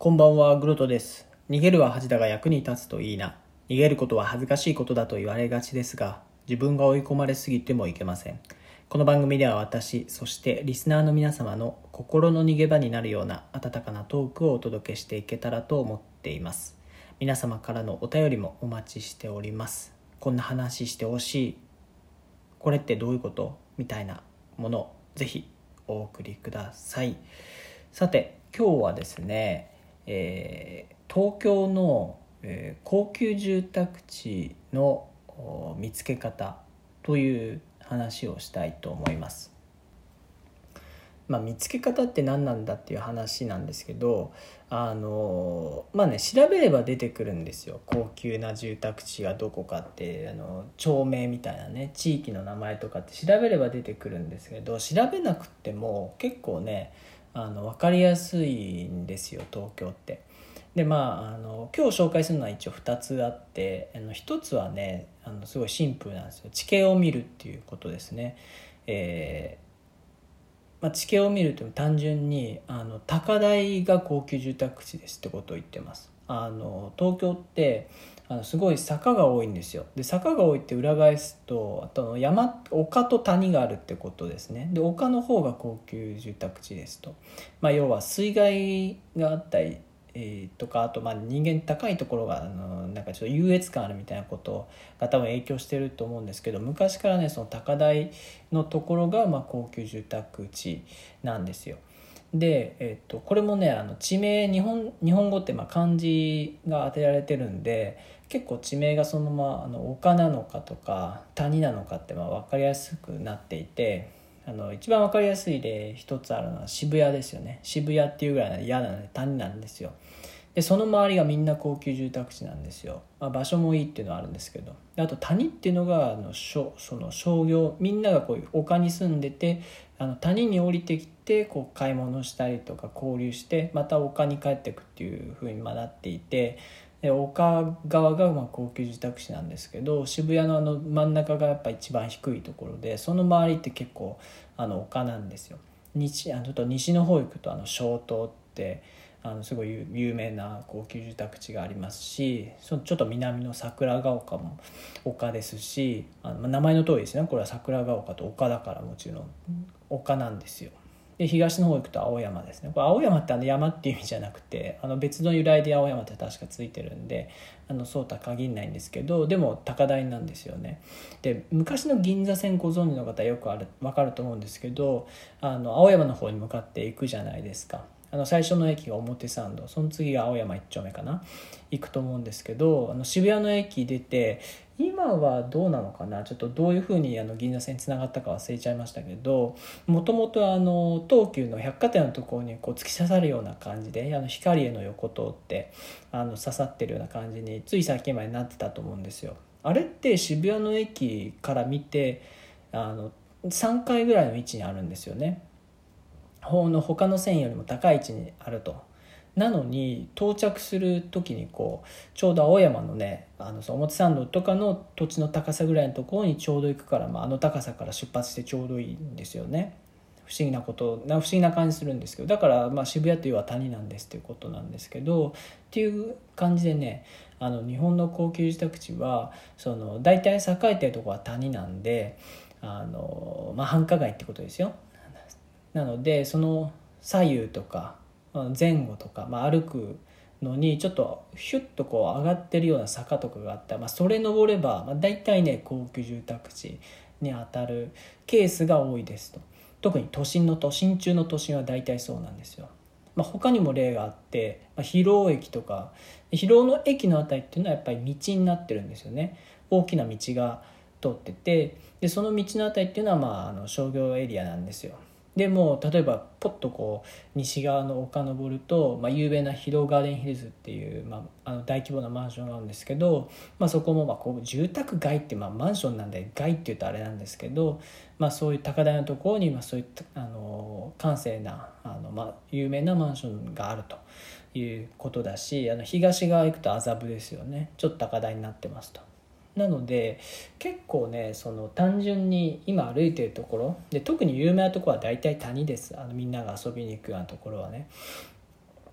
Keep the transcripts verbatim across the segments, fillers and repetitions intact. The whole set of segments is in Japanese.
こんばんは、グロトです。逃げるは恥だが役に立つといいな。逃げることは恥ずかしいことだと言われがちですが、自分が追い込まれすぎてもいけません。この番組では私、そしてリスナーの皆様の心の逃げ場になるような温かなトークをお届けしていけたらと思っています。皆様からのお便りもお待ちしております。こんな話してほしい。これってどういうことみたいなものをぜひお送りください。さて、今日はですね、えー、東京の、えー、高級住宅地の見つけ方という話をしたいと思います。まあ、見つけ方って何なんだっていう話なんですけど、あのまあね調べれば出てくるんですよ。高級な住宅地がどこかって、あの町名みたいなね、地域の名前とかって調べれば出てくるんですけど、調べなくても結構ねあの分かりやすいんですよ、東京って。でまあ、あの今日紹介するのは一応ふたつあって、あのひとつはねあのすごいシンプルなんですよ。地形を見るっていうことですね。えーまあ、地形を見ると単純にあの高台が高級住宅地ですってことを言ってます。あの東京ってあのすごい坂が多いんですよ。で坂が多いって裏返すと、あと山丘と谷があるってことですね。で丘の方が高級住宅地ですと、まあ、要は水害があったりえー、とかあとまあ人間高いところがあのなんかちょっと優越感あるみたいなことが多分影響してると思うんですけど、昔からねその高台のところがまあ高級住宅地なんですよ。で、えー、とこれもねあの地名日本日本語ってまあ漢字が当てられてるんで、結構地名がそのままあの丘なのかとか谷なのかってまあ分かりやすくなっていて、あの一番分かりやすい例一つあるのは渋谷ですよね。渋谷っていうぐらいの嫌な、ね、谷なんですよ。でその周りがみんな高級住宅地なんですよ。まあ、場所もいいっていうのはあるんですけど、あと谷っていうのがあのその商業、みんながこういう丘に住んでて、あの谷に降りてきてこう買い物したりとか交流してまた丘に帰っていくっていう風になっていて、で丘側がまあ高級住宅地なんですけど、渋谷のあの真ん中がやっぱ一番低いところで、その周りって結構あの丘なんですよ。西あのちょっと西の方行くとあの松濤ってあのすごい有名な高級住宅地がありますし、そのちょっと南の桜ヶ丘も丘ですし、あの名前の通りですね、これは桜ヶ丘と丘だからもちろん丘なんですよ。で東の方行くと青山ですね。これ青山ってあの山っていう意味じゃなくて、あの別の由来で青山って確かついてるんで、あのそうとは限らないんですけど、でも高台なんですよね。で昔の銀座線ご存知の方はよくある分かると思うんですけど、あの青山の方に向かって行くじゃないですか。あの最初の駅が表参道、その次が青山一丁目かな、行くと思うんですけど、あの渋谷の駅出て、今はどうなのかな、ちょっとどういうふうにあの銀座線につながったか忘れちゃいましたけど、もともとあの東急の百貨店のところにこう突き刺さるような感じで、あの光への横通ってあの刺さってるような感じについ最近までなってたと思うんですよ。あれって渋谷の駅から見てあのさんかいぐらいの位置にあるんですよね。の他の線よりも高い位置にあると。なのに到着する時にこうちょうど青山のねあのその表参道とかの土地の高さぐらいのところにちょうど行くから、まあ、あの高さから出発してちょうどいいんですよね。不思議なことな不思議な感じするんですけど、だからまあ渋谷というのは谷なんですっていうことなんですけど、っていう感じでね、あの日本の高級住宅地はその大体栄えてるところは谷なんで、あの、まあ、繁華街ってことですよ。なのでその左右とか前後とか、まあ、歩くのにちょっとヒュッとこう上がってるような坂とかがあったら、まあ、それ登れば、まあ、大体ね高級住宅地に当たるケースが多いですと。特に都心の都心中の都心は大体そうなんですよ。まあ、他にも例があって、まあ、広尾駅とか広尾の駅のあたりっていうのはやっぱり道になってるんですよね。大きな道が通ってて、でその道のあたりっていうのは、まあ、あの商業エリアなんですよ。でも例えばポッとこう西側の丘登ると、まあ、有名な広尾ガーデンヒルズっていう、まあ、あの大規模なマンションがあるんですけど、まあ、そこもまあこう住宅街って、まあ、マンションなんで街っていうとあれなんですけど、まあ、そういう高台のところに、まあ、そういったあの閑静なあの、まあ、有名なマンションがあるということだし、あの東側行くと麻布ですよね。ちょっと高台になってますと。なので結構ねその単純に今歩いてるところで特に有名なところは大体谷です。あのみんなが遊びに行くようなところはね。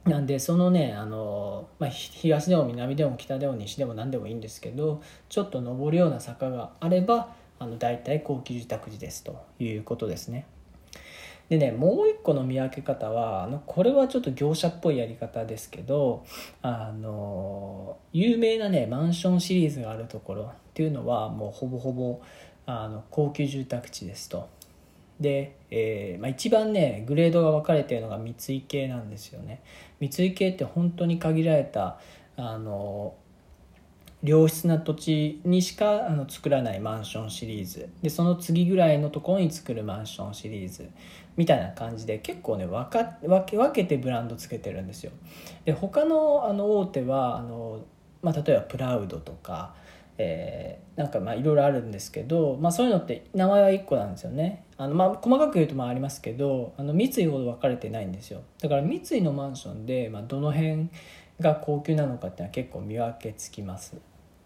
なんでそのねあの、まあ、東でも南でも北でも西でも何でもいいんですけど、ちょっと登るような坂があればあの大体高級住宅地ですということですね。でね、もう一個の見分け方はあのこれはちょっと業者っぽいやり方ですけど、あの有名なねマンションシリーズがあるところっていうのはもうほぼほぼあの高級住宅地ですと。で、えーまあ、一番ねグレードが分かれているのが三井系なんですよね。三井系って本当に限られたあの良質な土地にしかあの作らないマンションシリーズで、その次ぐらいのところに作るマンションシリーズみたいな感じで結構ね分か分け分けてブランドつけてるんですよ。で他のあの大手はあの、まあ、例えばプラウドとか、えー、なんかまあいろいろあるんですけど、まあ、そういうのって名前はいっこなんですよね。あのまあ細かく言うとまあありますけど、あの三井ほど分かれてないんですよ。だから三井のマンションで、まあ、どの辺が高級なのかっていうのは結構見分けつきます。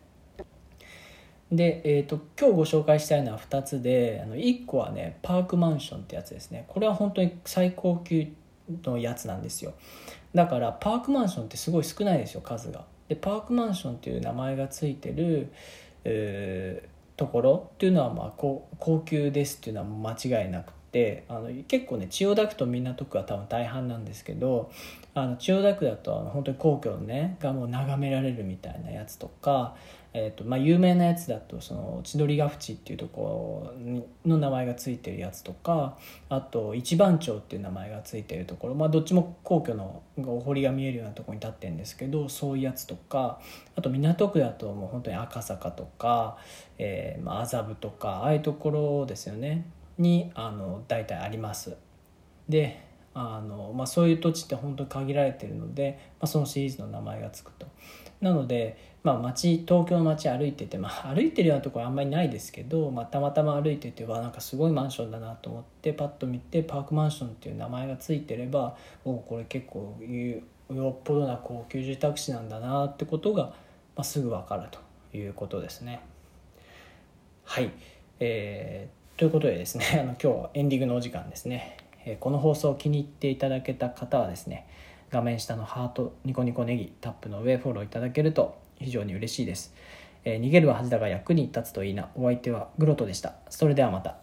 で、えー、と今日ご紹介したいのはふたつで、あのいっこはねパークマンションってやつですね。これは本当に最高級のやつなんですよ。だからパークマンションってすごい少ないですよ、数が。でパークマンションっていう名前がついてる、えーところっていうのはまあ高高級ですっていうのはもう間違いなくて、あの結構ね千代田区と港区は多分大半なんですけど、あの千代田区だとあの本当に皇居のねがもう眺められるみたいなやつとか、えーとまあ、有名なやつだとその千鳥ヶ淵っていうところの名前がついてるやつとか、あと一番町っていう名前がついてるところ、まあ、どっちも皇居のお堀が見えるようなところに立ってるんですけど、そういうやつとか、あと港区だともう本当に赤坂とか、えーまあ、麻布とかああいうところですよねにあの大体あります。であの、まあ、そういう土地って本当に限られているので、まあ、そのシリーズの名前がつくと。なので、まあ、街東京の街歩いてて、まあ、歩いてるようなところあんまりないですけど、まあ、たまたま歩いててはなんかすごいマンションだなと思ってパッと見てパークマンションっていう名前がついてれば、おこれ結構よっぽどな高級住宅地なんだなってことが、まあ、すぐ分かるということですね。はい、えー、ということでですねあの今日はエンディングのお時間ですね。えー、この放送を気に入っていただけた方はですね、画面下のハートニコニコネギタップの上フォローいただけると非常に嬉しいです。えー、逃げるは恥だが役に立つといいな。お相手はグロトでした。それではまた。